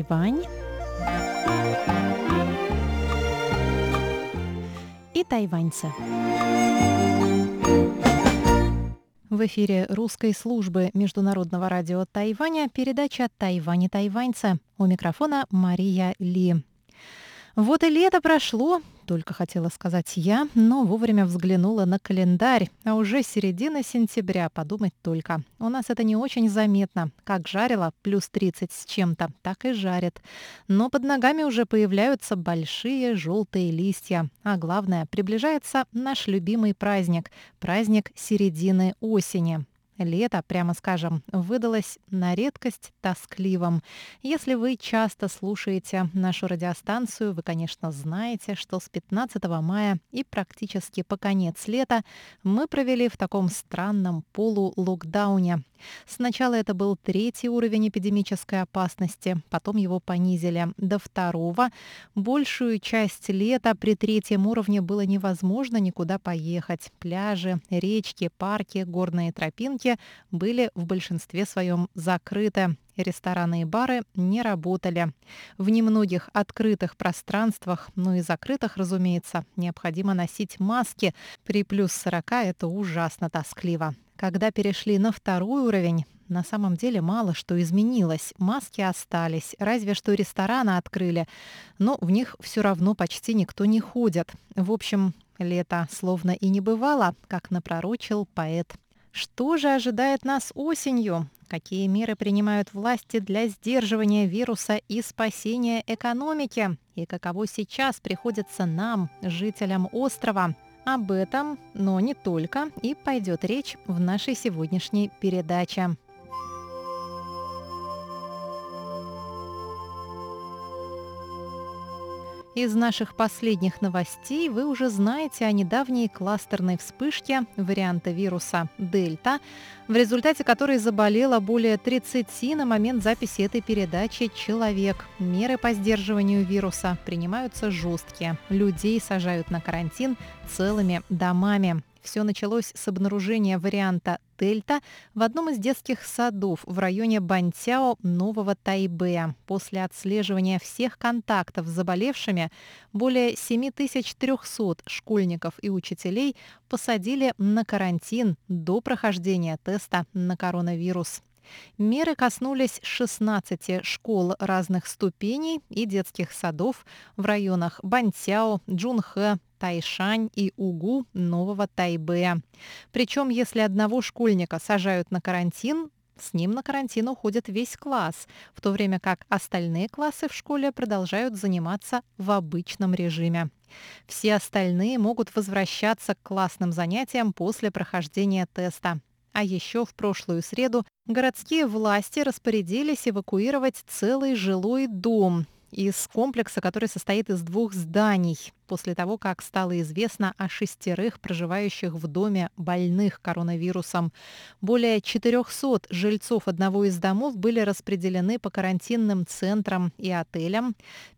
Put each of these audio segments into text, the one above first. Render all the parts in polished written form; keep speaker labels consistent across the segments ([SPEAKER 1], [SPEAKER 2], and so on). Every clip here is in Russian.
[SPEAKER 1] Тайвань и тайваньцы. В эфире русской службы Международного радио Тайваня передача «Тайвань и тайваньцы». У микрофона Мария Ли. Вот и лето прошло, только хотела сказать я, но вовремя взглянула на календарь, а уже середина сентября, подумать только. У нас это не очень заметно. Как жарило плюс 30 с чем-то, так и жарит. Но под ногами уже появляются большие желтые листья. А главное, приближается наш любимый праздник – праздник середины осени. Лето, прямо скажем, выдалось на редкость тоскливым. Если вы часто слушаете нашу радиостанцию, вы, конечно, знаете, что с 15 мая и практически по конец лета мы провели в таком странном полулокдауне. Сначала это был 3-й уровень эпидемической опасности, потом его понизили до 2-го. Большую часть лета при 3-м уровне было невозможно никуда поехать. Пляжи, речки, парки, горные тропинки были в большинстве своем закрыты. Рестораны и бары не работали. В немногих открытых пространствах, ну и закрытых, разумеется, необходимо носить маски. При плюс 40 это ужасно тоскливо. Когда перешли на 2-й уровень, на самом деле мало что изменилось. Маски остались, разве что рестораны открыли, но в них все равно почти никто не ходит. В общем, лето словно и не бывало, как напророчил поэт. Что же ожидает нас осенью? Какие меры принимают власти для сдерживания вируса и спасения экономики? И каково сейчас приходится нам, жителям острова? Об этом, но не только, и пойдет речь в нашей сегодняшней передаче. Из наших последних новостей вы уже знаете о недавней кластерной вспышке варианта вируса Дельта, в результате которой заболело более 30 на момент записи этой передачи человек. Меры по сдерживанию вируса принимаются жесткие. Людей сажают на карантин целыми домами. Все началось с обнаружения варианта Дельта в одном из детских садов в районе Бантяо Нового Тайбэя. После отслеживания всех контактов с заболевшими более 7300 школьников и учителей посадили на карантин до прохождения теста на коронавирус. Меры коснулись 16 школ разных ступеней и детских садов в районах Бантяо, Джунхэ, Тайшань и Угу Нового Тайбэя. Причем, если одного школьника сажают на карантин, с ним на карантин уходит весь класс, в то время как остальные классы в школе продолжают заниматься в обычном режиме. Все остальные могут возвращаться к классным занятиям после прохождения теста. А еще в прошлую среду городские власти распорядились эвакуировать целый жилой дом из комплекса, который состоит из 2 зданий, после того, как стало известно о 6 проживающих в доме больных коронавирусом. Более 400 жильцов одного из домов были распределены по карантинным центрам и отелям.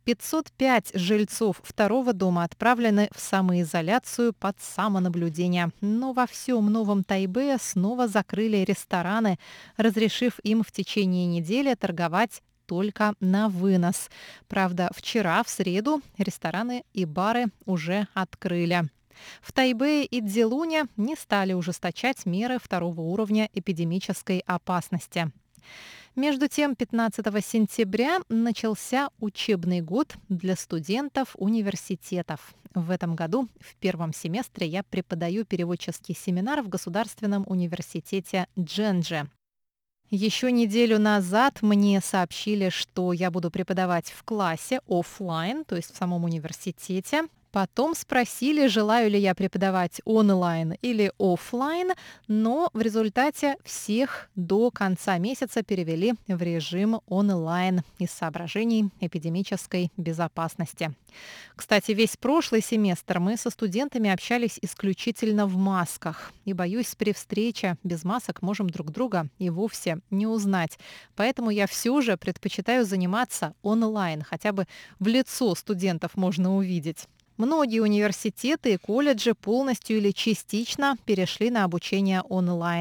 [SPEAKER 1] 505 жильцов 2-го дома отправлены в самоизоляцию под самонаблюдение. Но во всем Новом Тайбэе снова закрыли рестораны, разрешив им в течение недели торговать только на вынос. Правда, вчера, в среду, рестораны и бары уже открыли. В Тайбэе и Цзилуне не стали ужесточать меры 2-го уровня эпидемической опасности. Между тем, 15 сентября начался учебный год для студентов университетов. В этом году, в 1-м семестре, я преподаю переводческий семинар в Государственном университете Джэнджи. Еще неделю назад мне сообщили, что я буду преподавать в классе офлайн, то есть в самом университете. Потом спросили, желаю ли я преподавать онлайн или офлайн, но в результате всех до конца месяца перевели в режим онлайн из соображений эпидемической безопасности. Кстати, весь прошлый семестр мы со студентами общались исключительно в масках. И, боюсь, при встрече без масок можем друг друга и вовсе не узнать. Поэтому я все же предпочитаю заниматься онлайн. Хотя бы в лицо студентов можно увидеть. Многие университеты и колледжи полностью или частично перешли на обучение онлайн.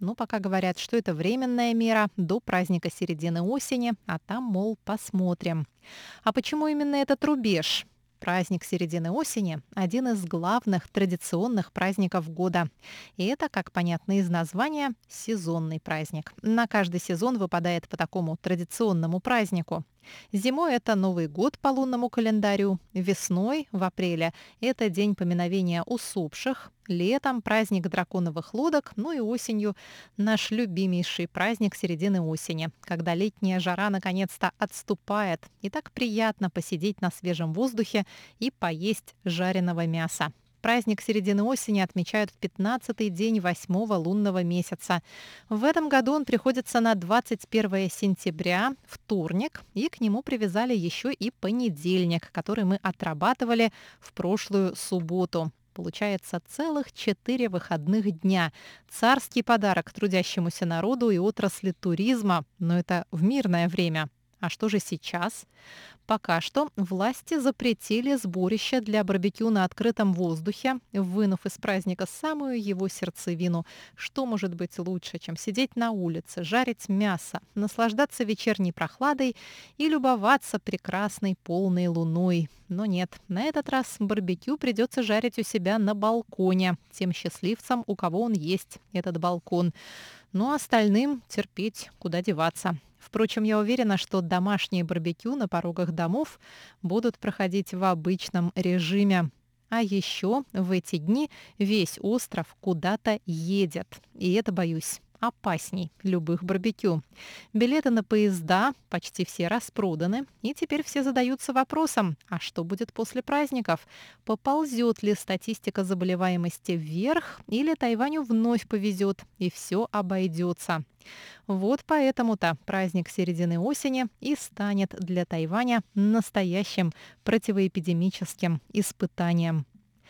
[SPEAKER 1] но пока говорят, что это временная мера до праздника середины осени, а там, мол, посмотрим. А почему именно этот рубеж? Праздник середины осени – один из главных традиционных праздников года. И это, как понятно из названия, сезонный праздник. На каждый сезон выпадает по такому традиционному празднику. Зимой это Новый год по лунному календарю, весной, в апреле, это День поминовения усопших, летом праздник драконовых лодок, ну и осенью наш любимейший праздник середины осени, когда летняя жара наконец-то отступает, и так приятно посидеть на свежем воздухе и поесть жареного мяса. Праздник середины осени отмечают в 15-й день 8-го лунного месяца. В этом году он приходится на 21 сентября, вторник, и к нему привязали еще и понедельник, который мы отрабатывали в прошлую субботу. Получается целых 4 выходных дня. Царский подарок трудящемуся народу и отрасли туризма, но это в мирное время. А что же сейчас? Пока что власти запретили сборище для барбекю на открытом воздухе, вынув из праздника самую его сердцевину. Что может быть лучше, чем сидеть на улице, жарить мясо, наслаждаться вечерней прохладой и любоваться прекрасной полной луной? Но нет, на этот раз барбекю придется жарить у себя на балконе, тем счастливцам, у кого он есть, этот балкон. Ну а остальным терпеть, куда деваться. Впрочем, я уверена, что домашние барбекю на порогах домов будут проходить в обычном режиме. А еще в эти дни весь остров куда-то едет. И это, боюсь, опасней любых барбекю. Билеты на поезда почти все распроданы, и теперь все задаются вопросом, а что будет после праздников? Поползет ли статистика заболеваемости вверх, или Тайваню вновь повезет, и все обойдется? Вот поэтому-то праздник середины осени и станет для Тайваня настоящим противоэпидемическим испытанием.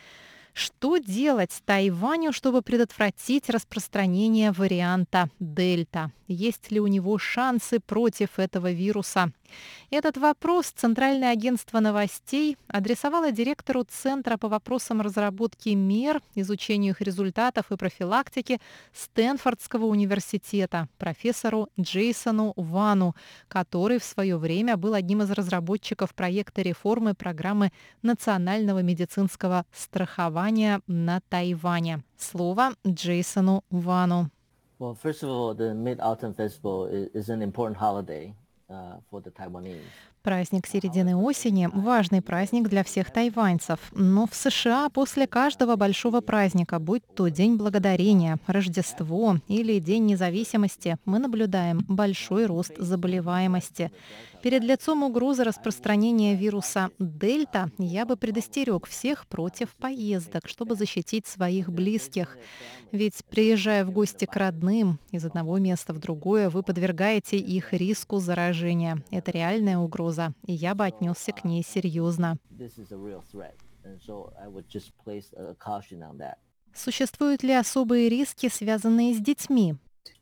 [SPEAKER 1] Что делать Тайваню, чтобы предотвратить распространение варианта Дельта? Есть ли у него шансы против этого вируса? Этот вопрос Центральное агентство новостей адресовало директору Центра по вопросам разработки мер, изучению их результатов и профилактики Стэнфордского университета, профессору Джейсону Вану, который в свое время был одним из разработчиков проекта реформы программы национального медицинского страхования на Тайване. Слово Джейсону Вану.
[SPEAKER 2] Well, first of all, the Mid-Autumn Festival is an important holiday for the Taiwanese.
[SPEAKER 1] Праздник середины осени – важный праздник для всех тайваньцев. Но в США после каждого большого праздника, будь то День Благодарения, Рождество или День независимости, мы наблюдаем большой рост заболеваемости. Перед лицом угрозы распространения вируса Дельта я бы предостерег всех против поездок, чтобы защитить своих близких. Ведь, приезжая в гости к родным из одного места в другое, вы подвергаете их риску заражения. Это реальная угроза, и я бы отнесся к ней серьезно. Существуют ли особые риски, связанные с детьми?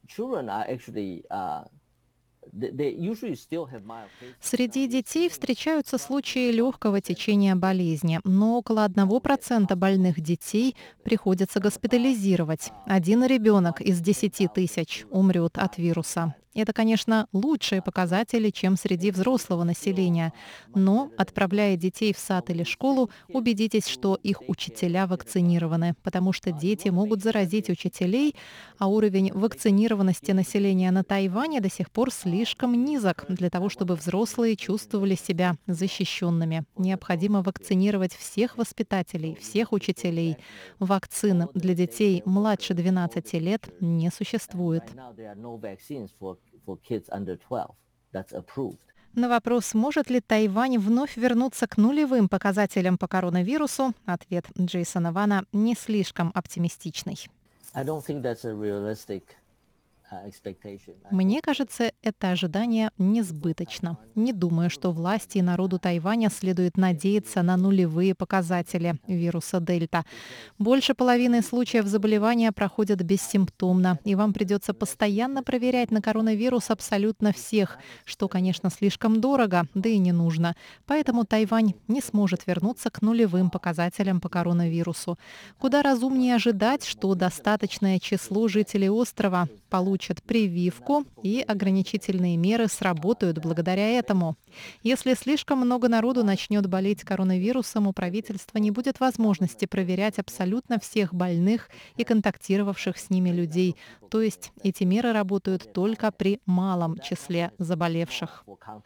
[SPEAKER 1] Среди детей встречаются случаи легкого течения болезни, но около 1% больных детей приходится госпитализировать. 1 ребенок из 10 тысяч умрет от вируса. Это, конечно, лучшие показатели, чем среди взрослого населения. Но, отправляя детей в сад или школу, убедитесь, что их учителя вакцинированы, потому что дети могут заразить учителей, а уровень вакцинированности населения на Тайване до сих пор слишком низок для того, чтобы взрослые чувствовали себя защищенными. Необходимо вакцинировать всех воспитателей, всех учителей. Вакцин для детей младше 12 лет не существует. На вопрос, может ли Тайвань вновь вернуться к нулевым показателям по коронавирусу, ответ Джейсона Вана не слишком оптимистичный. Мне кажется, это ожидание несбыточно. Не думаю, что власти и народу Тайваня следует надеяться на нулевые показатели вируса Дельта. Больше половины случаев заболевания проходят бессимптомно, и вам придется постоянно проверять на коронавирус абсолютно всех, что, конечно, слишком дорого, да и не нужно. Поэтому Тайвань не сможет вернуться к нулевым показателям по коронавирусу. Куда разумнее ожидать, что достаточное число жителей острова получат прививку, и ограничительные меры сработают благодаря этому. Если слишком много народу начнет болеть коронавирусом, у правительства не будет возможности проверять абсолютно всех больных и контактировавших с ними людей. То есть эти меры работают только при малом числе заболевших.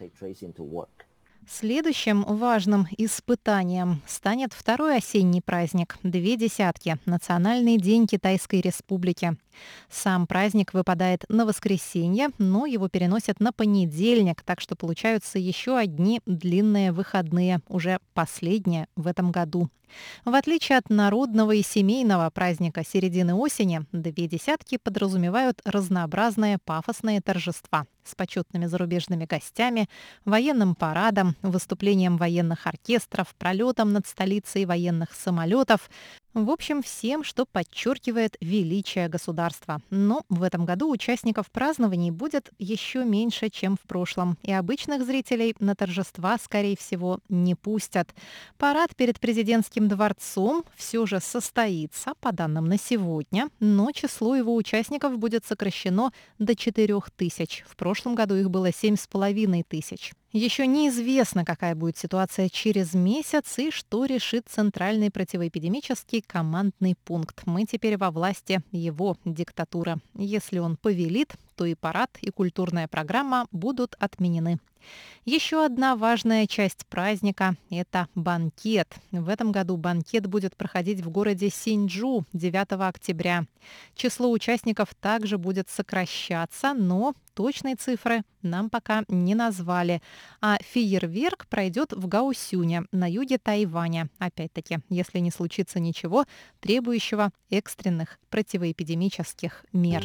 [SPEAKER 1] Следующим важным испытанием станет второй осенний праздник – Две десятки – Национальный день Китайской Республики. Сам праздник выпадает на воскресенье, но его переносят на понедельник, так что получаются еще одни длинные выходные, уже последние в этом году. В отличие от народного и семейного праздника середины осени, Две десятки подразумевают разнообразные пафосные торжества с почетными зарубежными гостями, военным парадом, выступлением военных оркестров, пролетом над столицей военных самолетов. В общем, всем, что подчеркивает величие государства. Но в этом году участников празднований будет еще меньше, чем в прошлом. И обычных зрителей на торжества, скорее всего, не пустят. Парад перед президентским дворцом все же состоится, по данным на сегодня, но число его участников будет сокращено до 4000. В прошлом году их было 7500. Еще неизвестно, какая будет ситуация через месяц и что решит Центральный противоэпидемический командный пункт. Мы теперь во власти его диктатуры. Если он повелит, то и парад, и культурная программа будут отменены. Еще одна важная часть праздника – это банкет. В этом году банкет будет проходить в городе Синьчжу 9 октября. Число участников также будет сокращаться, но точной цифры нам пока не назвали. А фейерверк пройдет в Гаосюне, на юге Тайваня. Опять-таки, если не случится ничего, требующего экстренных противоэпидемических мер.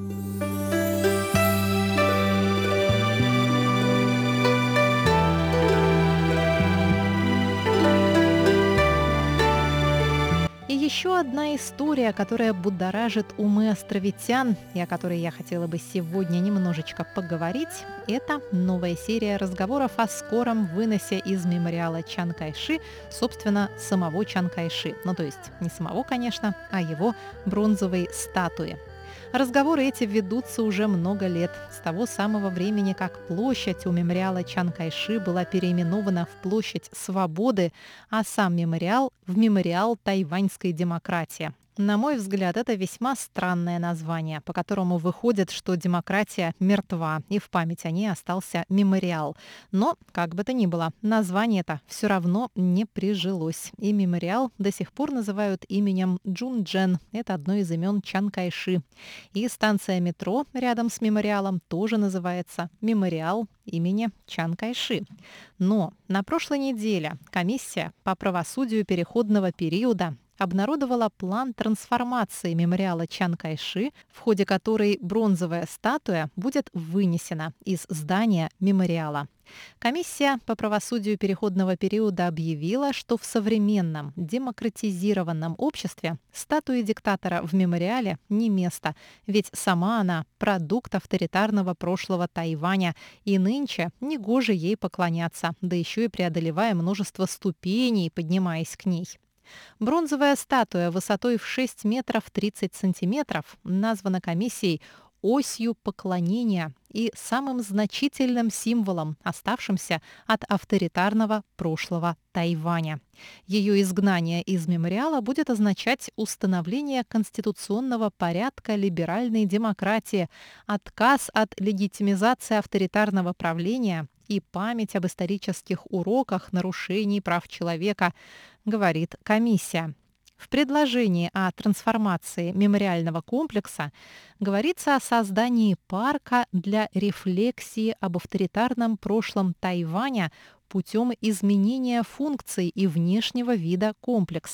[SPEAKER 1] И еще одна история, которая будоражит умы островитян, и о которой я хотела бы сегодня немножечко поговорить, это новая серия разговоров о скором выносе из мемориала Чан Кайши, собственно, самого Чан Кайши. Ну, то есть не самого, конечно, а его бронзовой статуи. Разговоры эти ведутся уже много лет, с того самого времени, как площадь у мемориала Чан Кайши была переименована в Площадь Свободы, а сам мемориал – в мемориал тайваньской демократии. На мой взгляд, это весьма странное название, по которому выходит, что демократия мертва, и в память о ней остался мемориал. Но, как бы то ни было, название-то все равно не прижилось. И мемориал до сих пор называют именем Джунчжэн. Это одно из имен Чан Кайши. И станция метро рядом с мемориалом тоже называется «Мемориал имени Чан Кайши». Но на прошлой неделе комиссия по правосудию переходного периода обнародовала план трансформации мемориала Чан Кайши, в ходе которой бронзовая статуя будет вынесена из здания мемориала. Комиссия по правосудию переходного периода объявила, что в современном демократизированном обществе статуе диктатора в мемориале не место, ведь сама она – продукт авторитарного прошлого Тайваня, и нынче негоже ей поклоняться, да еще и преодолевая множество ступеней, поднимаясь к ней. Бронзовая статуя высотой в 6 метров 30 сантиметров названа комиссией осью поклонения и самым значительным символом, оставшимся от авторитарного прошлого Тайваня. Ее изгнание из мемориала будет означать установление конституционного порядка либеральной демократии, отказ от легитимизации авторитарного правления и память об исторических уроках нарушений прав человека, говорит комиссия. В предложении о трансформации мемориального комплекса говорится о создании парка для рефлексии об авторитарном прошлом Тайваня путем изменения функций и внешнего вида комплекса.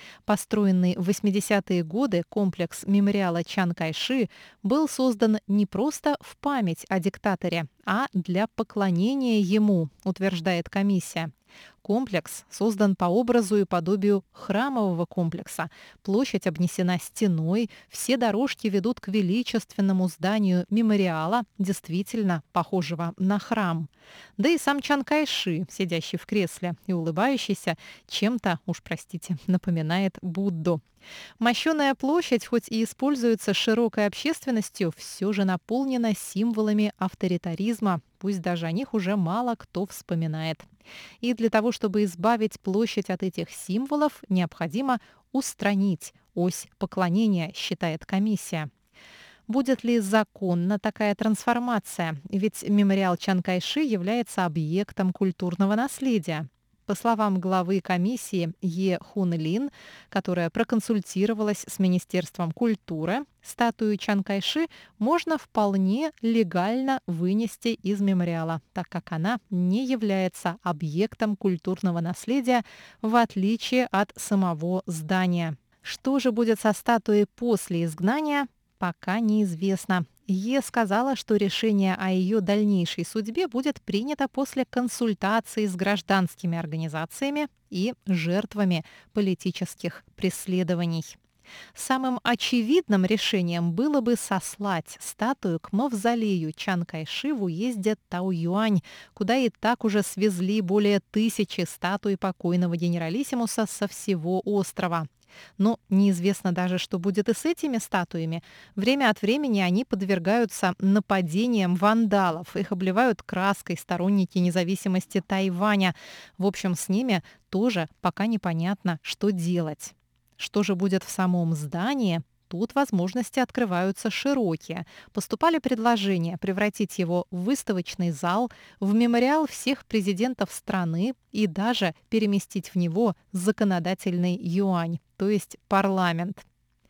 [SPEAKER 1] Построенный в 80-е годы комплекс мемориала Чан Кайши был создан не просто в память о диктаторе, а для поклонения ему, утверждает комиссия. Комплекс создан по образу и подобию храмового комплекса. Площадь обнесена стеной, все дорожки ведут к величественному зданию мемориала, действительно похожего на храм. Да и сам Чан Кайши, сидящий в кресле и улыбающийся, чем-то, уж простите, напоминает Будду. Мощеная площадь, хоть и используется широкой общественностью, все же наполнена символами авторитаризма, пусть даже о них уже мало кто вспоминает. И для того, чтобы избавить площадь от этих символов, необходимо устранить ось поклонения, считает комиссия. Будет ли законна такая трансформация? Ведь мемориал Чан Кайши является объектом культурного наследия. По словам главы комиссии Е. Хун Лин, которая проконсультировалась с Министерством культуры, статую Чан Кайши можно вполне легально вынести из мемориала, так как она не является объектом культурного наследия, в отличие от самого здания. Что же будет со статуей после изгнания, пока неизвестно. Е сказала, что решение о ее дальнейшей судьбе будет принято после консультации с гражданскими организациями и жертвами политических преследований. Самым очевидным решением было бы сослать статую к мавзолею Чан Кайши в уезде Таоюань, куда и так уже свезли более 1000 статуй покойного генералиссимуса со всего острова. Но неизвестно даже, что будет и с этими статуями. Время от времени они подвергаются нападениям вандалов. Их обливают краской сторонники независимости Тайваня. В общем, с ними тоже пока непонятно, что делать. Что же будет в самом здании? Тут возможности открываются широкие. Поступали предложения превратить его в выставочный зал, в мемориал всех президентов страны и даже переместить в него законодательный юань, то есть парламент.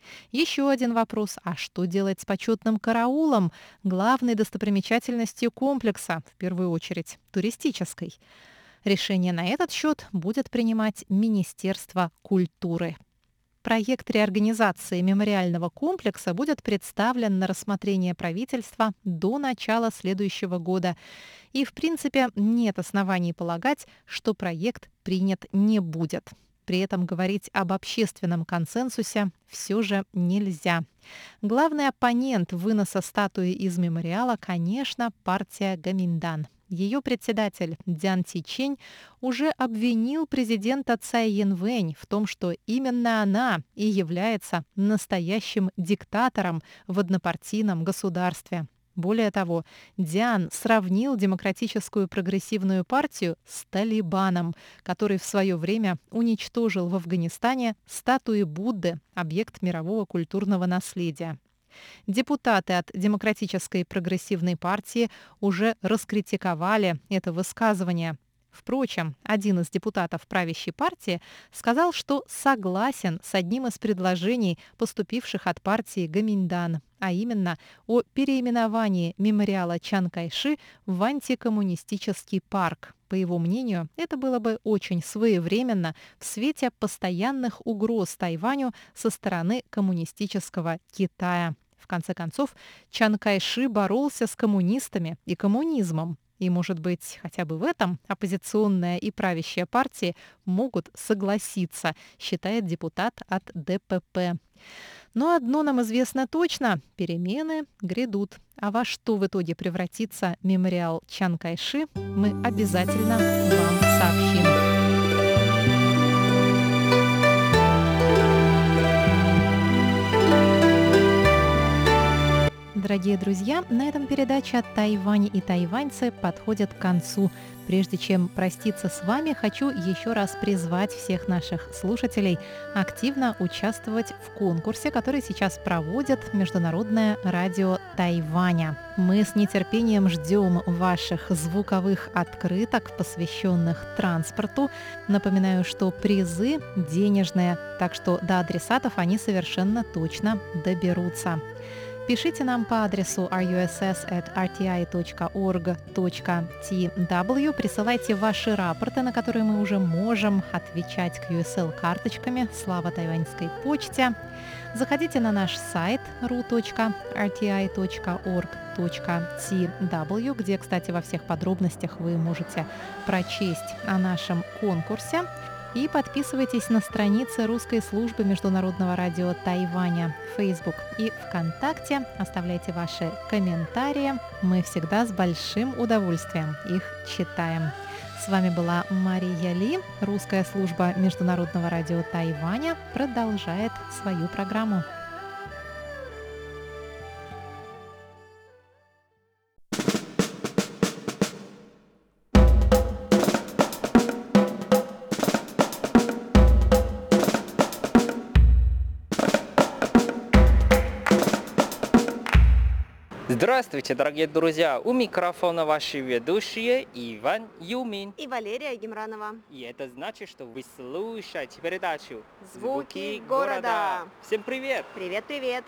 [SPEAKER 1] Еще один вопрос. А что делать с почетным караулом, главной достопримечательностью комплекса, в первую очередь туристической? Решение на этот счет будет принимать Министерство культуры. Проект реорганизации мемориального комплекса будет представлен на рассмотрение правительства до начала следующего года. И, в принципе, нет оснований полагать, что проект принят не будет. При этом говорить об общественном консенсусе все же нельзя. Главный оппонент выноса статуи из мемориала, конечно, партия Гоминдан. Ее председатель Дзян Цичень уже обвинил президента Цай Янвэнь в том, что именно она и является настоящим диктатором в однопартийном государстве. Более того, Дзян сравнил Демократическую прогрессивную партию с Талибаном, который в свое время уничтожил в Афганистане статуи Будды, объект мирового культурного наследия. Депутаты от Демократической прогрессивной партии уже раскритиковали это высказывание. Впрочем, один из депутатов правящей партии сказал, что согласен с одним из предложений, поступивших от партии Гоминдан, а именно о переименовании мемориала Чан Кайши в антикоммунистический парк. По его мнению, это было бы очень своевременно в свете постоянных угроз Тайваню со стороны коммунистического Китая. В конце концов, Чан Кайши боролся с коммунистами и коммунизмом. И, может быть, хотя бы в этом оппозиционная и правящая партии могут согласиться, считает депутат от ДПП. Но одно нам известно точно – перемены грядут. А во что в итоге превратится мемориал Чан Кайши, мы обязательно вам сообщим. Дорогие друзья, на этом передача «Тайвань и тайваньцы» подходит к концу. Прежде чем проститься с вами, хочу еще раз призвать всех наших слушателей активно участвовать в конкурсе, который сейчас проводит Международное радио Тайваня. Мы с нетерпением ждем ваших звуковых открыток, посвященных транспорту. Напоминаю, что призы денежные, так что до адресатов они совершенно точно доберутся. Пишите нам по адресу russ@rti.org.tw, присылайте ваши рапорты, на которые мы уже можем отвечать QSL карточками. Слава тайваньской почте. Заходите на наш сайт ru.rti.org.tw, где, кстати, во всех подробностях вы можете прочесть о нашем конкурсе. И подписывайтесь на страницы Русской службы Международного радио Тайваня в Facebook и ВКонтакте. Оставляйте ваши комментарии. Мы всегда с большим удовольствием их читаем. С вами была Мария Ли. Русская служба Международного радио Тайваня продолжает свою программу.
[SPEAKER 3] Здравствуйте, дорогие друзья! У микрофона ваши ведущие Иван Юмин
[SPEAKER 4] и Валерия Гемранова.
[SPEAKER 3] И это значит, что вы слушаете передачу
[SPEAKER 4] «Звуки города».
[SPEAKER 3] Всем привет!
[SPEAKER 4] Привет-привет!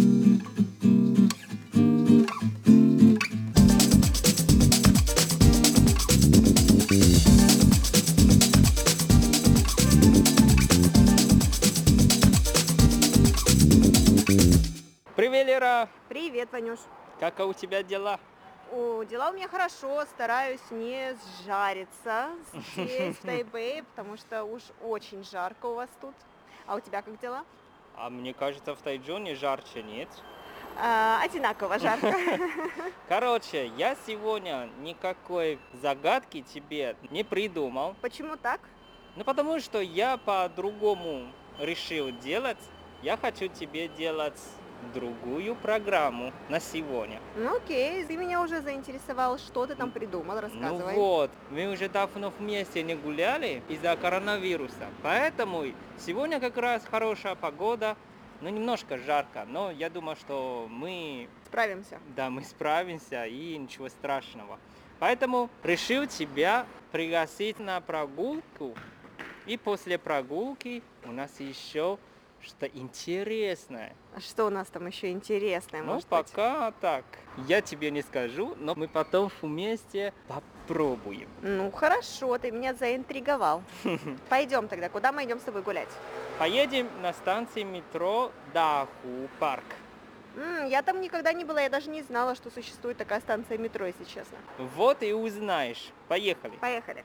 [SPEAKER 3] Привет, Лера!
[SPEAKER 4] Привет, Ванюш!
[SPEAKER 3] Как у тебя дела?
[SPEAKER 4] Дела у меня хорошо, стараюсь не сжариться здесь, в Тайбэе, потому что уж очень жарко у вас тут. А у тебя как дела?
[SPEAKER 3] А мне кажется, в Тайчжуне жарче, нет?
[SPEAKER 4] Одинаково жарко.
[SPEAKER 3] Короче, я сегодня никакой загадки тебе не придумал.
[SPEAKER 4] Почему так?
[SPEAKER 3] Ну, потому что я по-другому решил делать. Я хочу тебе делать другую программу на сегодня.
[SPEAKER 4] Ну окей, ты меня уже заинтересовал, что ты там придумал, рассказывай.
[SPEAKER 3] Ну вот, мы уже давно вместе не гуляли из-за коронавируса, поэтому сегодня как раз хорошая погода, но немножко жарко, но я думаю, что мы
[SPEAKER 4] справимся.
[SPEAKER 3] Да, мы справимся и ничего страшного. Поэтому решил тебя пригласить на прогулку, и после прогулки у нас еще что интересное.
[SPEAKER 4] А что у нас там еще интересное,
[SPEAKER 3] Ну,
[SPEAKER 4] может
[SPEAKER 3] пока так. Я тебе не скажу, но мы потом вместе попробуем.
[SPEAKER 4] Ну, хорошо, ты меня заинтриговал. Пойдем тогда, куда мы идем с тобой гулять?
[SPEAKER 3] Поедем на станции метро Даху парк.
[SPEAKER 4] Я там никогда не была, я даже не знала, что существует такая станция метро, если честно.
[SPEAKER 3] Вот и узнаешь. Поехали.
[SPEAKER 4] Поехали.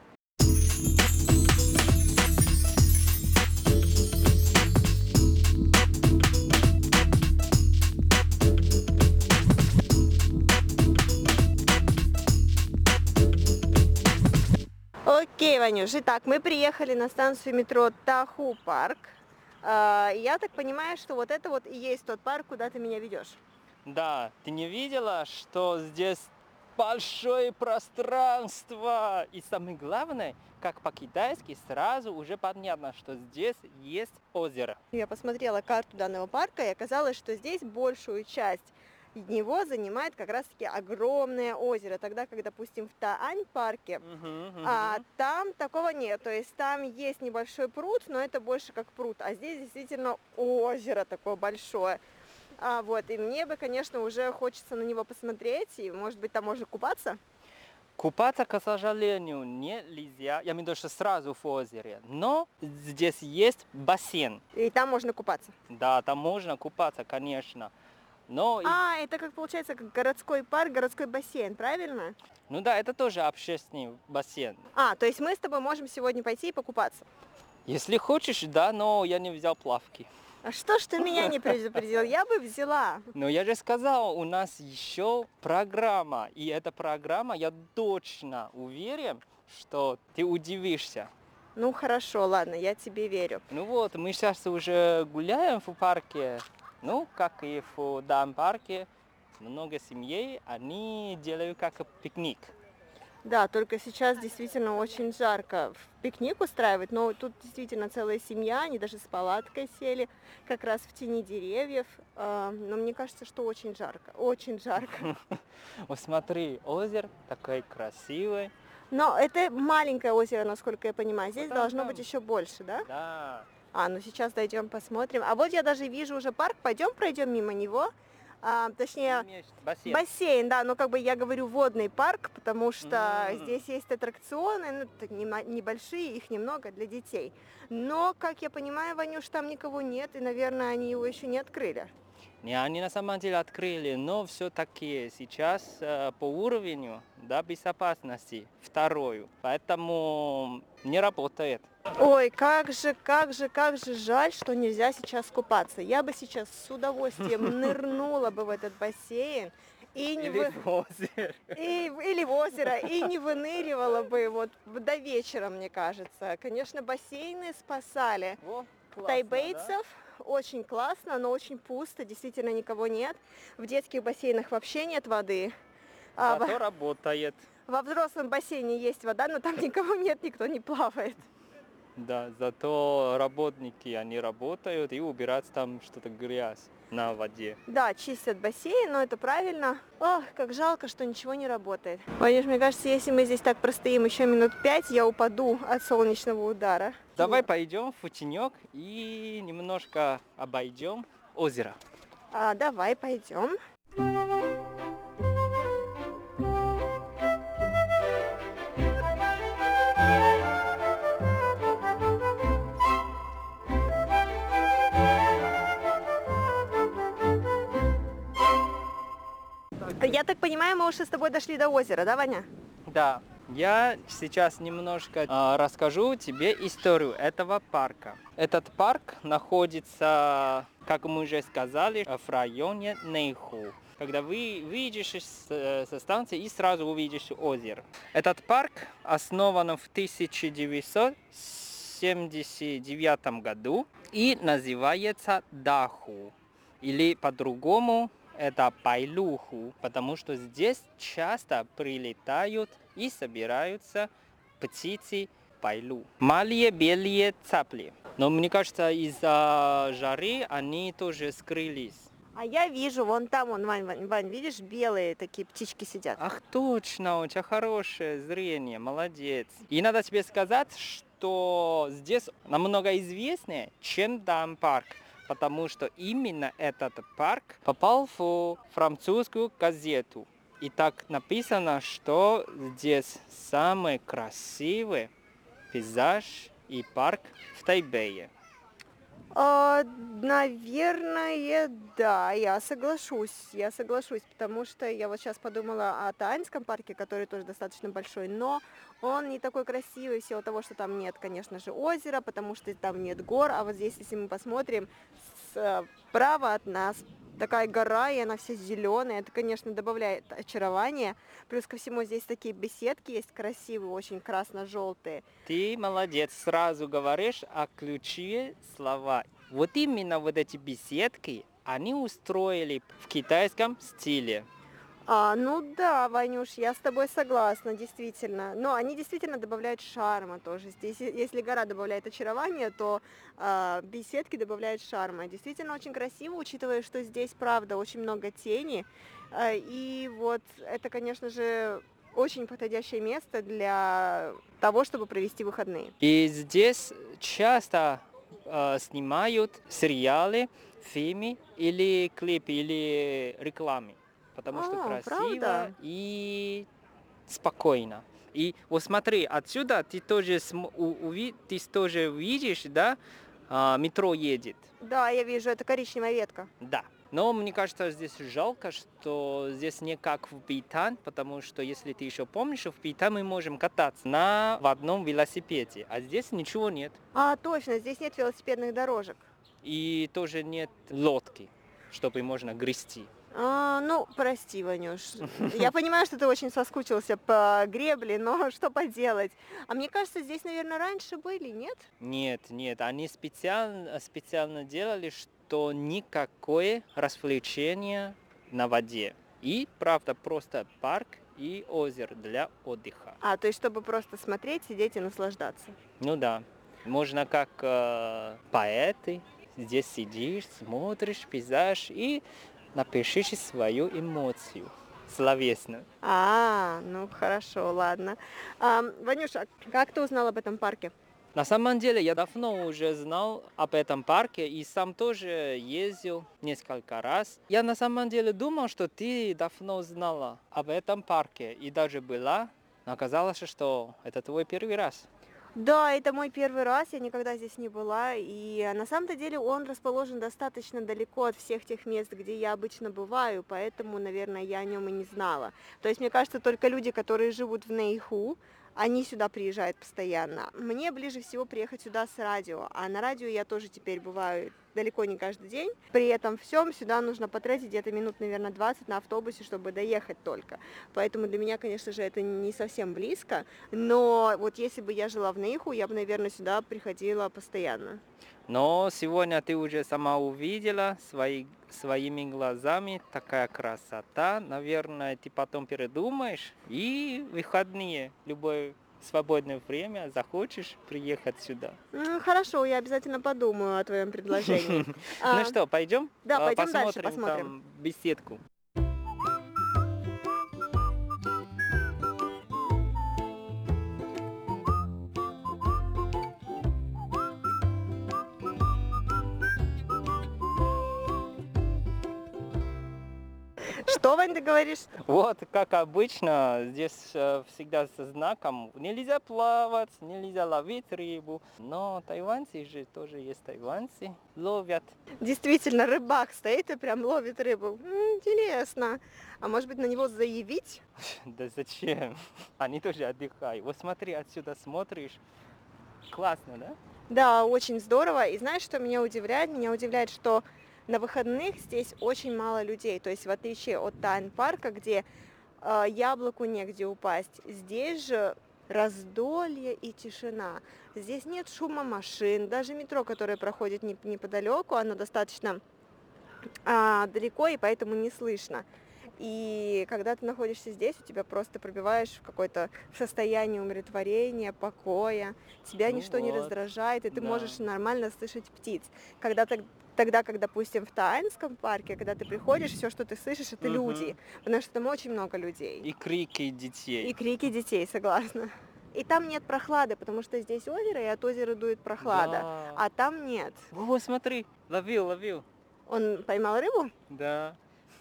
[SPEAKER 4] Окей, Ванюш, итак, мы приехали на станцию метро Даху парк. Я так понимаю, что вот это вот и есть тот парк, куда ты меня ведешь.
[SPEAKER 3] Да, ты не видела, что здесь большое пространство? И самое главное, как по-китайски, сразу уже понятно, что здесь есть озеро.
[SPEAKER 4] Я посмотрела карту данного парка, и оказалось, что здесь большую часть него занимает как раз-таки огромное озеро, тогда как, допустим, в Таань-парке, там такого нет, то есть там есть небольшой пруд, но это больше как пруд, а здесь действительно озеро такое большое. Вот, и мне бы, конечно, уже хочется на него посмотреть, и, может быть, там можно купаться?
[SPEAKER 3] Купаться, к сожалению, нельзя, я имею в виду, что сразу в озере, но здесь есть бассейн.
[SPEAKER 4] И там можно купаться?
[SPEAKER 3] Да, там можно купаться, конечно. Но...
[SPEAKER 4] это как получается как городской парк, городской бассейн, правильно?
[SPEAKER 3] Ну да, это тоже общественный бассейн.
[SPEAKER 4] То есть мы с тобой можем сегодня пойти и покупаться?
[SPEAKER 3] Если хочешь, да, но я не взял плавки.
[SPEAKER 4] А что ж ты меня не предупредил? Я бы взяла.
[SPEAKER 3] Но я же сказал, у нас еще программа. И эта программа, я точно уверен, что ты удивишься.
[SPEAKER 4] Ну хорошо, ладно, я тебе верю.
[SPEAKER 3] Ну вот, мы сейчас уже гуляем в парке. Ну, как и в данном парке, много семей, они делают как пикник.
[SPEAKER 4] Да, только сейчас действительно очень жарко пикник устраивать, но тут действительно целая семья, они даже с палаткой сели, как раз в тени деревьев, но мне кажется, что очень жарко, очень жарко.
[SPEAKER 3] Вот смотри, озеро такое красивое.
[SPEAKER 4] Но это маленькое озеро, насколько я понимаю, здесь должно быть еще больше, да?
[SPEAKER 3] Да.
[SPEAKER 4] Ну сейчас дойдем, посмотрим. А вот я даже вижу уже парк, пойдем пройдем мимо него. точнее,
[SPEAKER 3] Бассейн.
[SPEAKER 4] бассейн, да, но как бы я говорю водный парк, потому что здесь есть аттракционы, ну, небольшие, их немного для детей. Но, как я понимаю, Ванюш, там никого нет, и, наверное, они его еще не открыли.
[SPEAKER 3] Не, они на самом деле открыли, но все-таки сейчас по уровню, да, безопасности вторую, поэтому не работает.
[SPEAKER 4] Ой, как же жаль, что нельзя сейчас купаться. Я бы сейчас с удовольствием нырнула бы в этот бассейн и не
[SPEAKER 3] Или в озеро.
[SPEAKER 4] или в озеро, и не выныривала бы вот до вечера, мне кажется. Конечно, бассейны спасали
[SPEAKER 3] Во, классно,
[SPEAKER 4] тайбейцев. Очень классно, но очень пусто, действительно никого нет. В детских бассейнах вообще нет воды.
[SPEAKER 3] да? Зато работает.
[SPEAKER 4] Во взрослом бассейне есть вода, но там никого нет, никто не плавает.
[SPEAKER 3] Да, зато работники, они работают и убирают там что-то грязь на воде.
[SPEAKER 4] Да, чистят бассейн, но это правильно. Ох, как жалко, что ничего не работает. Ванюш, мне кажется, если мы здесь так простоим еще минут 5, я упаду от солнечного удара.
[SPEAKER 3] Давай пойдем в тенек и немножко обойдем озеро.
[SPEAKER 4] Давай, пойдем. Я так понимаю, мы уже с тобой дошли до озера, да, Ваня?
[SPEAKER 3] Да, я сейчас немножко расскажу тебе историю этого парка. Этот парк находится, как мы уже сказали, в районе Нейху. Когда вы выйдешь со станции и сразу увидишь озеро. Этот парк основан в 1979 году и называется Даху. Или по-другому это Байлуху, потому что здесь часто прилетают и собираются птицы Байлу. Малые белые цапли. Но мне кажется, из-за жары они тоже скрылись.
[SPEAKER 4] А я вижу, вон там, Вань, видишь, белые такие птички сидят.
[SPEAKER 3] Ах, точно, у тебя хорошее зрение, молодец. И надо тебе сказать, что здесь намного известнее, чем там парк. Потому что именно этот парк попал в французскую газету. И так написано, что здесь самый красивый пейзаж и парк в Тайбэе.
[SPEAKER 4] Наверное, да, я соглашусь, потому что я вот сейчас подумала о Тааньском парке, который тоже достаточно большой, но он не такой красивый в силу того, что там нет, конечно же, озера, потому что там нет гор, а вот здесь, если мы посмотрим, справа от нас такая гора, и она вся зеленая, это, конечно, добавляет очарования. Плюс ко всему здесь такие беседки есть красивые, очень красно-желтые.
[SPEAKER 3] Ты молодец, сразу говоришь о ключевые слова. Вот именно вот эти беседки они устроили в китайском стиле.
[SPEAKER 4] Ну да, Ванюш, я с тобой согласна, действительно. Но они действительно добавляют шарма тоже. Здесь, если гора добавляет очарование, то беседки добавляют шарма. Действительно очень красиво, учитывая, что здесь, правда, очень много тени. И вот это, конечно же, очень подходящее место для того, чтобы провести выходные.
[SPEAKER 3] И здесь часто снимают сериалы, фильмы или клипы, или рекламы. Потому что красиво,
[SPEAKER 4] правда?
[SPEAKER 3] и спокойно. И вот смотри, отсюда ты тоже видишь, да, метро едет.
[SPEAKER 4] Да, я вижу, это коричневая ветка.
[SPEAKER 3] Да. Но мне кажется, здесь жалко, что здесь не как в Бейтань, потому что, если ты еще помнишь, в Бейтань мы можем кататься в одном велосипеде, а здесь ничего нет.
[SPEAKER 4] Точно, здесь нет велосипедных дорожек.
[SPEAKER 3] И тоже нет лодки, чтобы можно грести.
[SPEAKER 4] Ну, прости, Ванюш. Я понимаю, что ты очень соскучился по гребле, но что поделать? А мне кажется, здесь, наверное, раньше были, нет?
[SPEAKER 3] Нет, они специально делали, что никакое развлечение на воде. И, правда, просто парк и озеро для отдыха.
[SPEAKER 4] То есть, чтобы просто смотреть, сидеть и наслаждаться.
[SPEAKER 3] Ну да, можно как поэты, здесь сидишь, смотришь пейзаж и напишите свою эмоцию словесно.
[SPEAKER 4] Ну хорошо, ладно. Ванюша, как ты узнал об этом парке?
[SPEAKER 3] На самом деле я давно уже знал об этом парке и сам тоже ездил несколько раз. Я на самом деле думал, что ты давно знала об этом парке и даже была, но оказалось, что это твой первый раз.
[SPEAKER 4] Да, это мой первый раз, я никогда здесь не была, и на самом-то деле он расположен достаточно далеко от всех тех мест, где я обычно бываю, поэтому, наверное, я о нем и не знала. То есть, мне кажется, только люди, которые живут в Нэйху, они сюда приезжают постоянно. Мне ближе всего приехать сюда с радио, а на радио я тоже теперь бываю далеко не каждый день. При этом всем сюда нужно потратить где-то минут, наверное, 20 на автобусе, чтобы доехать только. Поэтому для меня, конечно же, это не совсем близко, но вот если бы я жила в Нэйху, я бы, наверное, сюда приходила постоянно.
[SPEAKER 3] Но сегодня ты уже сама увидела своими глазами такая красота. Наверное, ты потом передумаешь и в выходные, любое свободное время захочешь приехать сюда.
[SPEAKER 4] Хорошо, я обязательно подумаю о твоем предложении.
[SPEAKER 3] Ну что, пойдем?
[SPEAKER 4] Да, пойдем дальше,
[SPEAKER 3] посмотрим
[SPEAKER 4] посмотрим.
[SPEAKER 3] там беседку.
[SPEAKER 4] Что, Вань, ты говоришь?
[SPEAKER 3] Вот, как обычно, здесь всегда со знаком нельзя плавать, нельзя ловить рыбу. Но тайваньцы же тоже есть тайваньцы, ловят.
[SPEAKER 4] Действительно, рыбак стоит и прям ловит рыбу. Интересно. А может быть, на него заявить?
[SPEAKER 3] Да зачем? Они тоже отдыхают. Вот смотри, отсюда смотришь. Классно, да?
[SPEAKER 4] Да, очень здорово. И знаешь, что меня удивляет? Меня удивляет, что на выходных здесь очень мало людей. То есть в отличие от Тайн-парка, где яблоку негде упасть, здесь же раздолье и тишина. Здесь нет шума машин, даже метро, которое проходит неподалеку, оно достаточно далеко, и поэтому не слышно. И когда ты находишься здесь, у тебя просто пробиваешь какое-то состояние умиротворения, покоя, тебя ничто не раздражает, и ты можешь нормально слышать птиц. Тогда, как, допустим, в Таанском парке, когда ты приходишь, все, что ты слышишь, это люди, потому что там очень много людей.
[SPEAKER 3] И крики детей.
[SPEAKER 4] И крики детей, согласна. И там нет прохлады, потому что здесь озеро, и от озера дует прохлада, а там нет.
[SPEAKER 3] О, смотри, ловил.
[SPEAKER 4] Он поймал рыбу?
[SPEAKER 3] Да.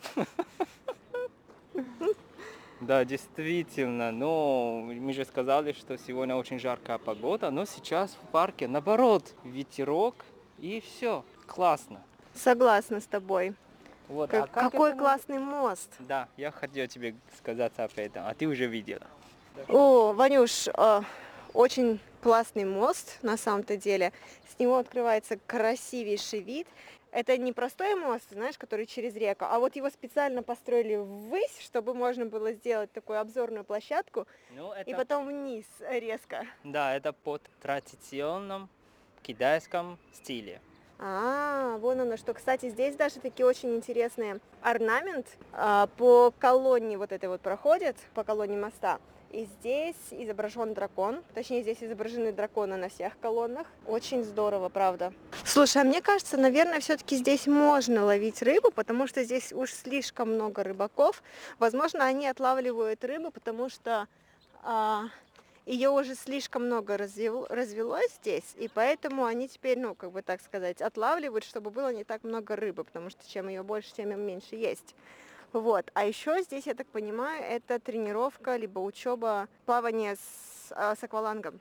[SPEAKER 3] Да, действительно, но мы же сказали, что сегодня очень жаркая погода, но сейчас в парке наоборот, ветерок и все, классно.
[SPEAKER 4] Согласна с тобой.
[SPEAKER 3] Вот,
[SPEAKER 4] Какой классный мост.
[SPEAKER 3] Да, я хотел тебе сказать об этом, а ты уже видела.
[SPEAKER 4] О, Ванюш, очень классный мост на самом-то деле. С него открывается красивейший вид. Это не простой мост, знаешь, который через реку, а вот его специально построили ввысь, чтобы можно было сделать такую обзорную площадку, и потом вниз резко.
[SPEAKER 3] Да, это под традиционным китайском стиле.
[SPEAKER 4] Вон оно что. Кстати, здесь даже такие очень интересные орнамент по колонне вот этой вот проходит, по колонне моста. И здесь изображен дракон, точнее, здесь изображены драконы на всех колоннах. Очень здорово, правда. Слушай, а мне кажется, наверное, все-таки здесь можно ловить рыбу, потому что здесь уж слишком много рыбаков. Возможно, они отлавливают рыбу, потому что ее уже слишком много развелось здесь, и поэтому они теперь, как бы так сказать, отлавливают, чтобы было не так много рыбы, потому что чем ее больше, тем меньше есть. Вот. А еще здесь, я так понимаю, это тренировка, либо учеба, плавание с аквалангом.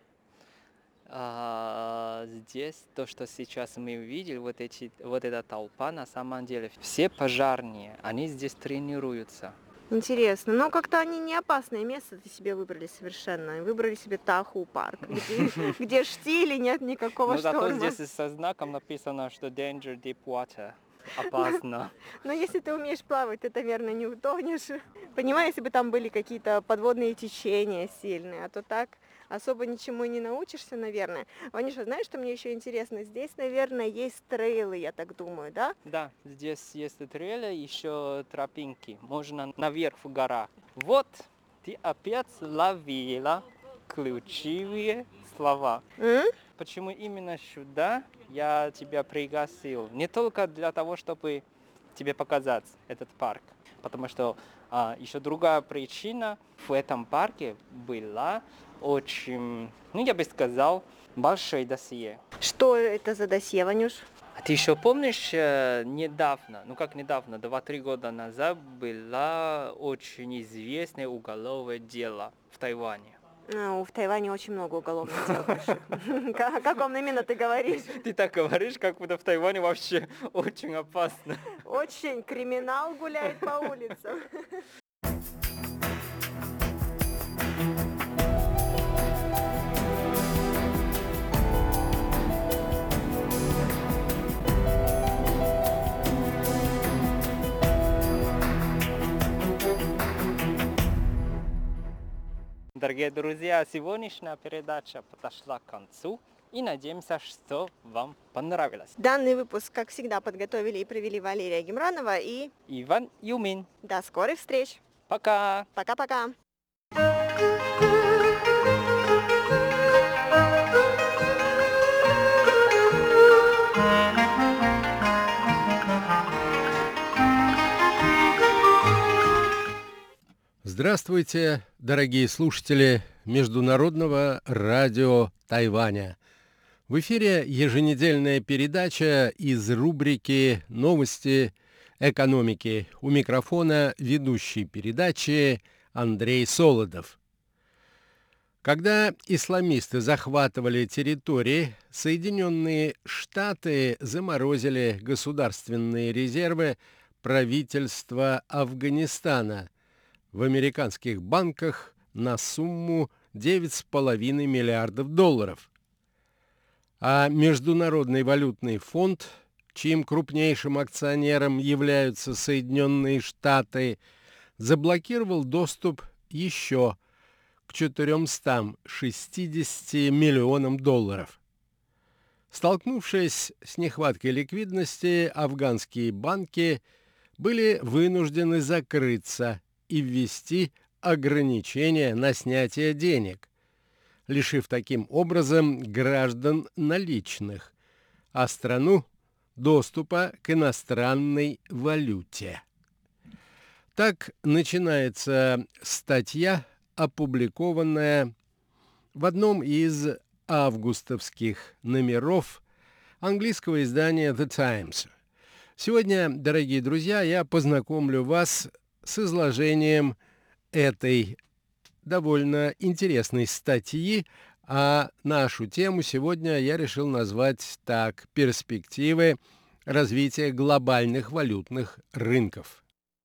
[SPEAKER 3] Здесь то, что сейчас мы увидели, вот эта толпа, на самом деле, все пожарные, они здесь тренируются.
[SPEAKER 4] Интересно. Но как-то они не опасное место себе выбрали совершенно. Выбрали себе Таху парк, где штили, нет никакого шторма.
[SPEAKER 3] Но зато здесь со знаком написано, что danger deep water. Опасно.
[SPEAKER 4] Но если ты умеешь плавать, ты, наверное, не утонешь. Понимаю, если бы там были какие-то подводные течения сильные, а то так особо ничему и не научишься, наверное. Ванюша, знаешь, что мне еще интересно? Здесь, наверное, есть трейлы, я так думаю, да?
[SPEAKER 3] Да, здесь есть трейлы, еще тропинки. Можно наверх в горах. Вот, ты опять ловила ключевые слова. Почему именно сюда я тебя пригласил? Не только для того, чтобы тебе показать этот парк, потому что А еще другая причина в этом парке была очень, я бы сказал, большое досье.
[SPEAKER 4] Что это за досье, Ванюш?
[SPEAKER 3] А ты еще помнишь, недавно, 2-3 года назад было очень известное уголовное дело в Тайване.
[SPEAKER 4] В Тайване очень много уголовных дел. О каком именно ты говоришь?
[SPEAKER 3] Ты так говоришь, как будто в Тайване вообще очень опасно.
[SPEAKER 4] Очень криминал гуляет по улицам.
[SPEAKER 3] Дорогие друзья, сегодняшняя передача подошла к концу, и надеемся, что вам понравилось.
[SPEAKER 4] Данный выпуск, как всегда, подготовили и провели Валерия Гемранова и
[SPEAKER 3] Иван Юмин.
[SPEAKER 4] до скорых встреч.
[SPEAKER 3] Пока!
[SPEAKER 4] Пока-пока.
[SPEAKER 5] Здравствуйте, дорогие слушатели Международного радио Тайваня. В эфире еженедельная передача из рубрики «Новости экономики». У микрофона ведущий передачи Андрей Солодов. Когда исламисты захватывали территории, Соединенные Штаты заморозили государственные резервы правительства Афганистана в американских банках на сумму $9,5 миллиардов. А Международный валютный фонд, чьим крупнейшим акционером являются Соединенные Штаты, заблокировал доступ еще к $460 миллионам. Столкнувшись с нехваткой ликвидности, афганские банки были вынуждены закрыться и ввести ограничения на снятие денег, лишив таким образом граждан наличных, а страну доступа к иностранной валюте. Так начинается статья, опубликованная в одном из августовских номеров английского издания The Times. Сегодня, дорогие друзья, я познакомлю вас с изложением этой довольно интересной статьи, а нашу тему сегодня я решил назвать так: «Перспективы развития глобальных валютных рынков».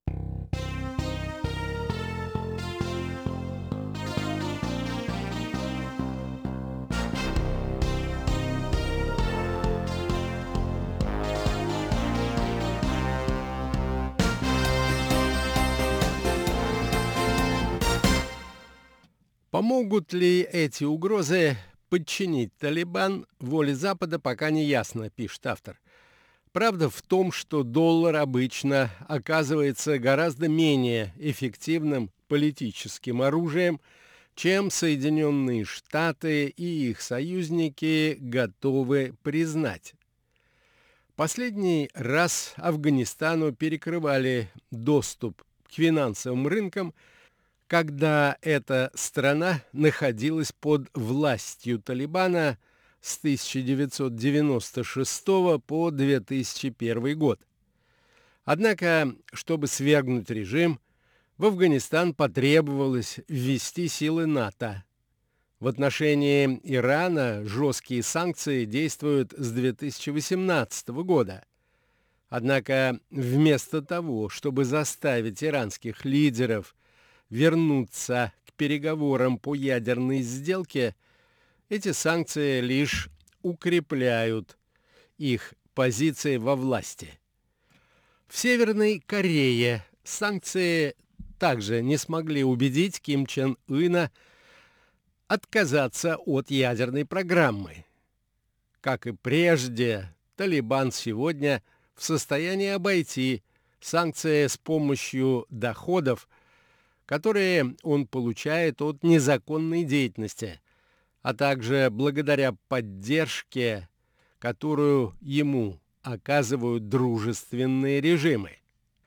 [SPEAKER 5] Помогут ли эти угрозы подчинить Талибан воле Запада, пока не ясно, пишет автор. Правда в том, что доллар обычно оказывается гораздо менее эффективным политическим оружием, чем Соединенные Штаты и их союзники готовы признать. Последний раз Афганистану перекрывали доступ к финансовым рынкам, когда эта страна находилась под властью Талибана с 1996 по 2001 год. Однако, чтобы свергнуть режим, в Афганистан потребовалось ввести силы НАТО. В отношении Ирана жесткие санкции действуют с 2018 года. Однако, вместо того, чтобы заставить иранских лидеров вернуться к переговорам по ядерной сделке, эти санкции лишь укрепляют их позиции во власти. В Северной Корее санкции также не смогли убедить Ким Чен Ына отказаться от ядерной программы. Как и прежде, Талибан сегодня в состоянии обойти санкции с помощью доходов, которые он получает от незаконной деятельности, а также благодаря поддержке, которую ему оказывают дружественные режимы.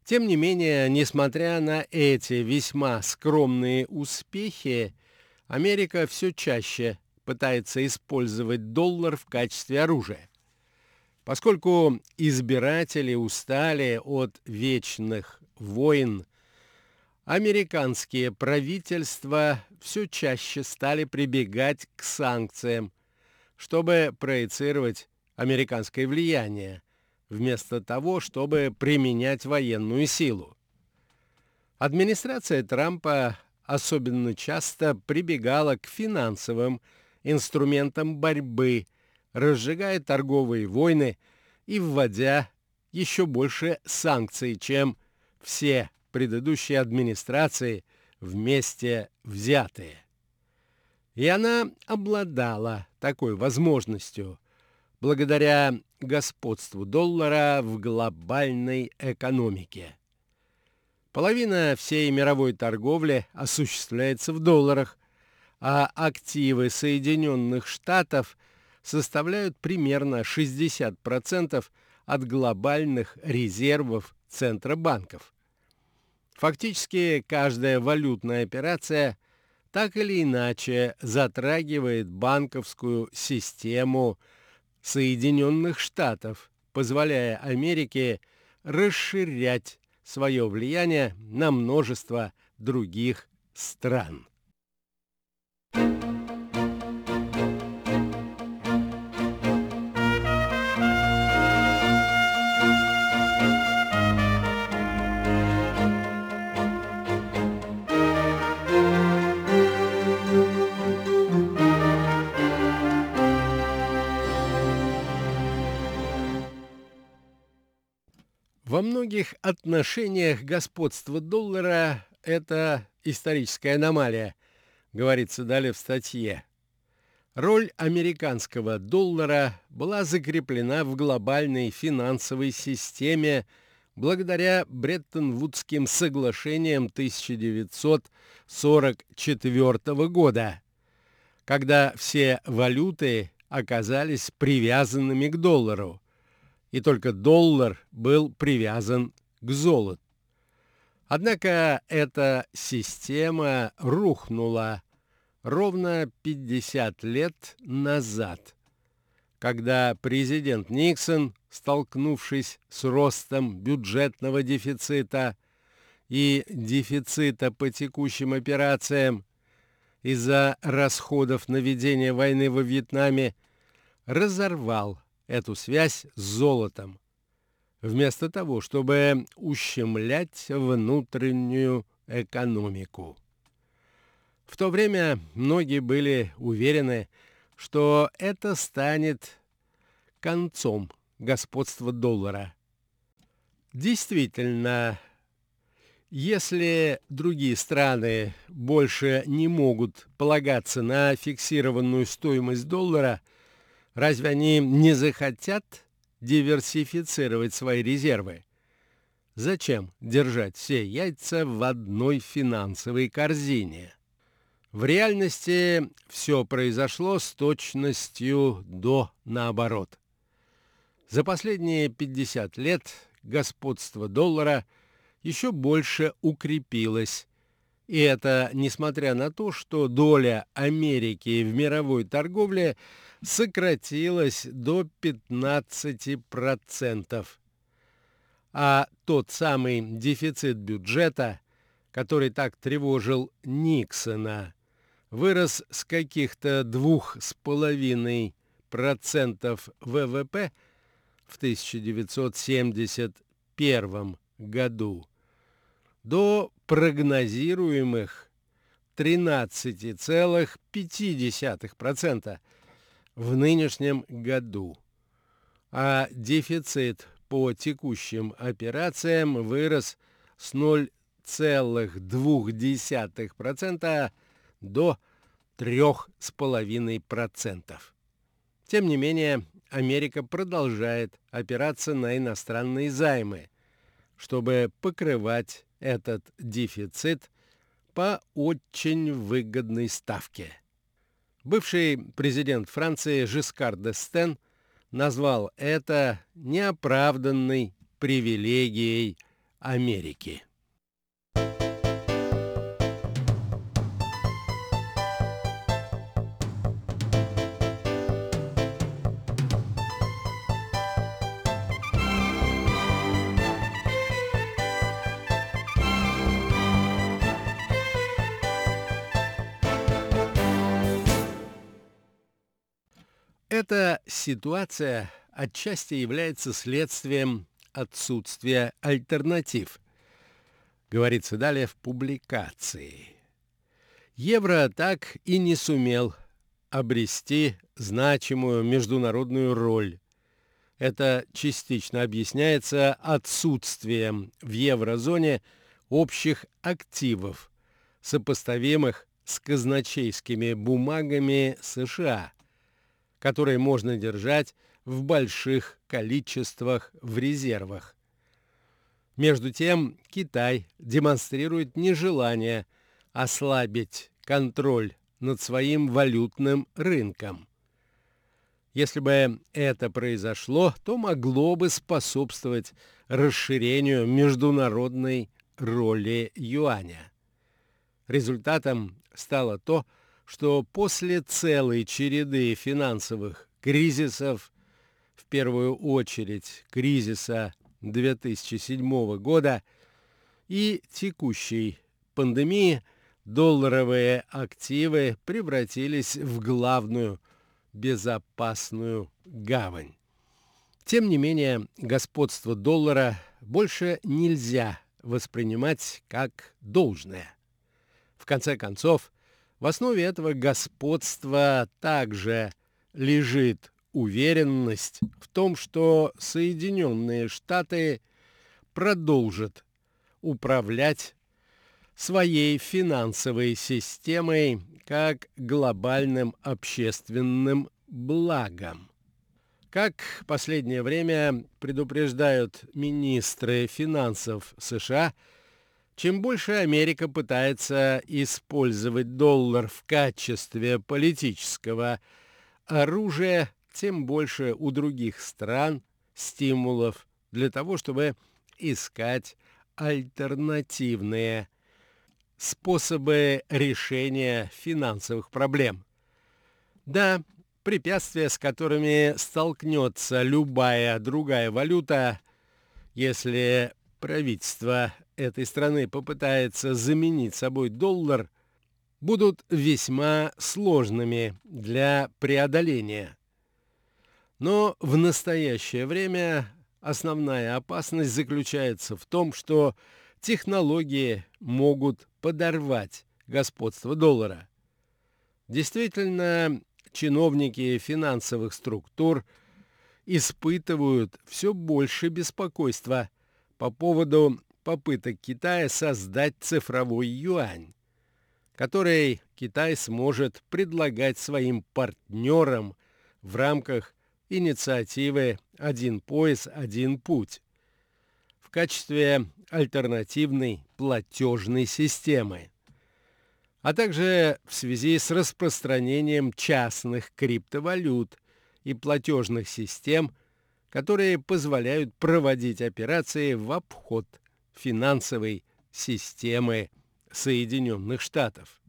[SPEAKER 5] Тем не менее, несмотря на эти весьма скромные успехи, Америка все чаще пытается использовать доллар в качестве оружия. Поскольку избиратели устали от вечных войн, американские правительства все чаще стали прибегать к санкциям, чтобы проецировать американское влияние, вместо того, чтобы применять военную силу. Администрация Трампа особенно часто прибегала к финансовым инструментам борьбы, разжигая торговые войны и вводя еще больше санкций, чем все предыдущие администрации вместе взятые. И она обладала такой возможностью благодаря господству доллара в глобальной экономике. Половина всей мировой торговли осуществляется в долларах, а активы Соединенных Штатов составляют примерно 60% от глобальных резервов центробанков. Фактически каждая валютная операция так или иначе затрагивает банковскую систему Соединенных Штатов, позволяя Америке расширять свое влияние на множество других стран. Во многих отношениях господство доллара – это историческая аномалия, говорится далее в статье. Роль американского доллара была закреплена в глобальной финансовой системе благодаря Бреттон-Вудским соглашениям 1944 года, когда все валюты оказались привязанными к доллару, и только доллар был привязан к золоту. Однако эта система рухнула ровно 50 лет назад, когда президент Никсон, столкнувшись с ростом бюджетного дефицита и дефицита по текущим операциям из-за расходов на ведение войны во Вьетнаме, разорвал эту связь с золотом, вместо того, чтобы ущемлять внутреннюю экономику. В то время многие были уверены, что это станет концом господства доллара. Действительно, если другие страны больше не могут полагаться на фиксированную стоимость доллара, разве они не захотят диверсифицировать свои резервы? Зачем держать все яйца в одной финансовой корзине? В реальности все произошло с точностью до наоборот. За последние 50 лет господство доллара еще больше укрепилось. И это несмотря на то, что доля Америки в мировой торговле сократилась до 15%. А тот самый дефицит бюджета, который так тревожил Никсона, вырос с каких-то 2,5% ВВП в 1971 году до прогнозируемых 13,5% в нынешнем году, а дефицит по текущим операциям вырос с 0,2% до 3,5%. Тем не менее, Америка продолжает опираться на иностранные займы, чтобы покрывать этот дефицит по очень выгодной ставке. Бывший президент Франции Жискар д'Эстен назвал это неоправданной привилегией Америки. Эта ситуация отчасти является следствием отсутствия альтернатив, говорится далее в публикации. Евро так и не сумел обрести значимую международную роль. Это частично объясняется отсутствием в еврозоне общих активов, сопоставимых с казначейскими бумагами США, которые можно держать в больших количествах в резервах. Между тем, Китай демонстрирует нежелание ослабить контроль над своим валютным рынком. Если бы это произошло, то могло бы способствовать расширению международной роли юаня. Результатом стало то, что после целой череды финансовых кризисов, в первую очередь кризиса 2007 года и текущей пандемии, долларовые активы превратились в главную безопасную гавань. Тем не менее, господство доллара больше нельзя воспринимать как должное. В конце концов, в основе этого господства также лежит уверенность в том, что Соединенные Штаты продолжат управлять своей финансовой системой как глобальным общественным благом. Как в последнее время предупреждают министры финансов США, чем больше Америка пытается использовать доллар в качестве политического оружия, тем больше у других стран стимулов для того, чтобы искать альтернативные способы решения финансовых проблем. Да, препятствия, с которыми столкнется любая другая валюта, если правительство этой страны попытается заменить собой доллар, будут весьма сложными для преодоления. Но в настоящее время основная опасность заключается в том, что технологии могут подорвать господство доллара. Действительно, чиновники финансовых структур испытывают все больше беспокойства по поводу попыток Китая создать цифровой юань, который Китай сможет предлагать своим партнерам в рамках инициативы «Один пояс, один путь» в качестве альтернативной платежной системы, а также в связи с распространением частных криптовалют и платежных систем, которые позволяют проводить операции в обход финансовой системы Соединенных Штатов.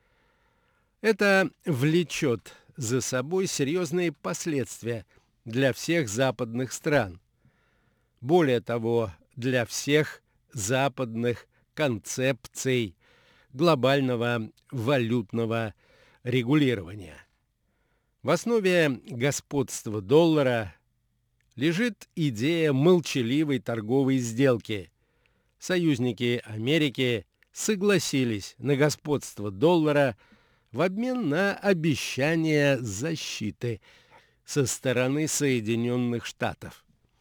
[SPEAKER 5] Это влечет за собой серьезные последствия для всех западных стран. Более того, для всех западных концепций глобального валютного регулирования. В основе господства доллара лежит идея молчаливой торговой сделки. Союзники Америки согласились на господство доллара в обмен на обещание защиты со стороны Соединенных Штатов.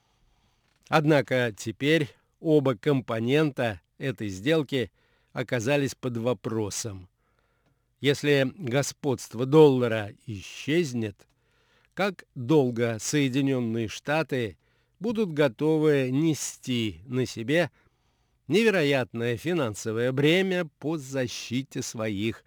[SPEAKER 5] Однако теперь оба компонента этой сделки оказались под вопросом. Если господство доллара исчезнет, как долго Соединенные Штаты будут готовы нести на себе невероятное финансовое бремя по защите своих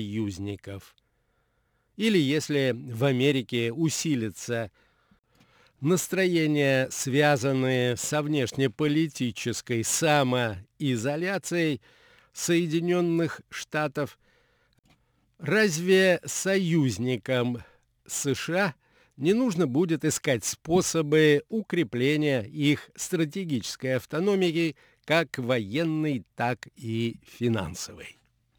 [SPEAKER 5] союзников? Или если в Америке усилится Настроения, связанные со внешнеполитической самоизоляцией Соединенных Штатов, разве союзникам США не нужно будет искать способы укрепления их стратегической автономии как военной, так и финансовой?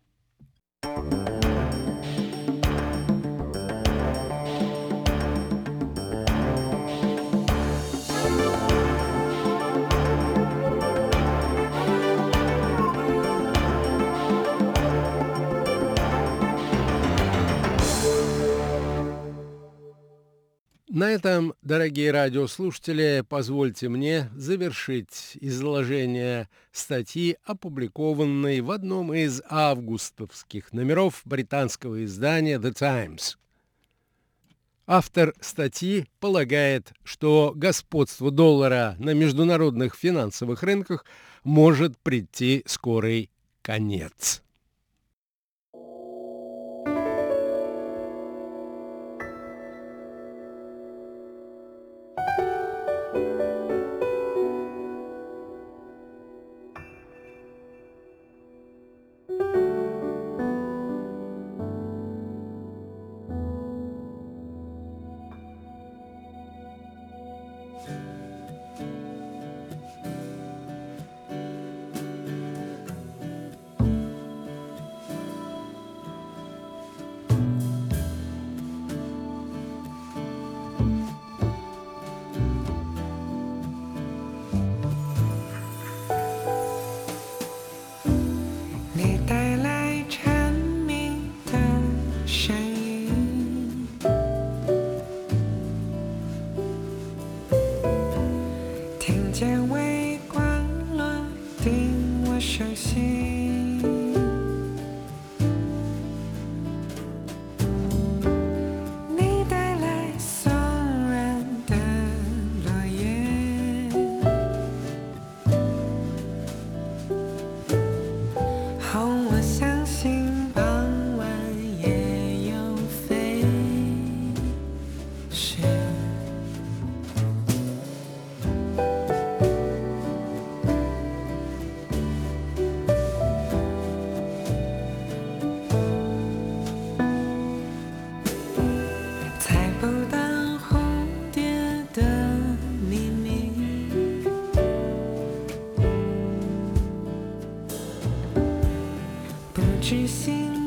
[SPEAKER 5] На этом, дорогие радиослушатели, позвольте мне завершить изложение статьи, опубликованной в одном из августовских номеров британского издания The Times. Автор статьи полагает, что господству доллара на международных финансовых рынках может прийти скорый конец.
[SPEAKER 6] 只心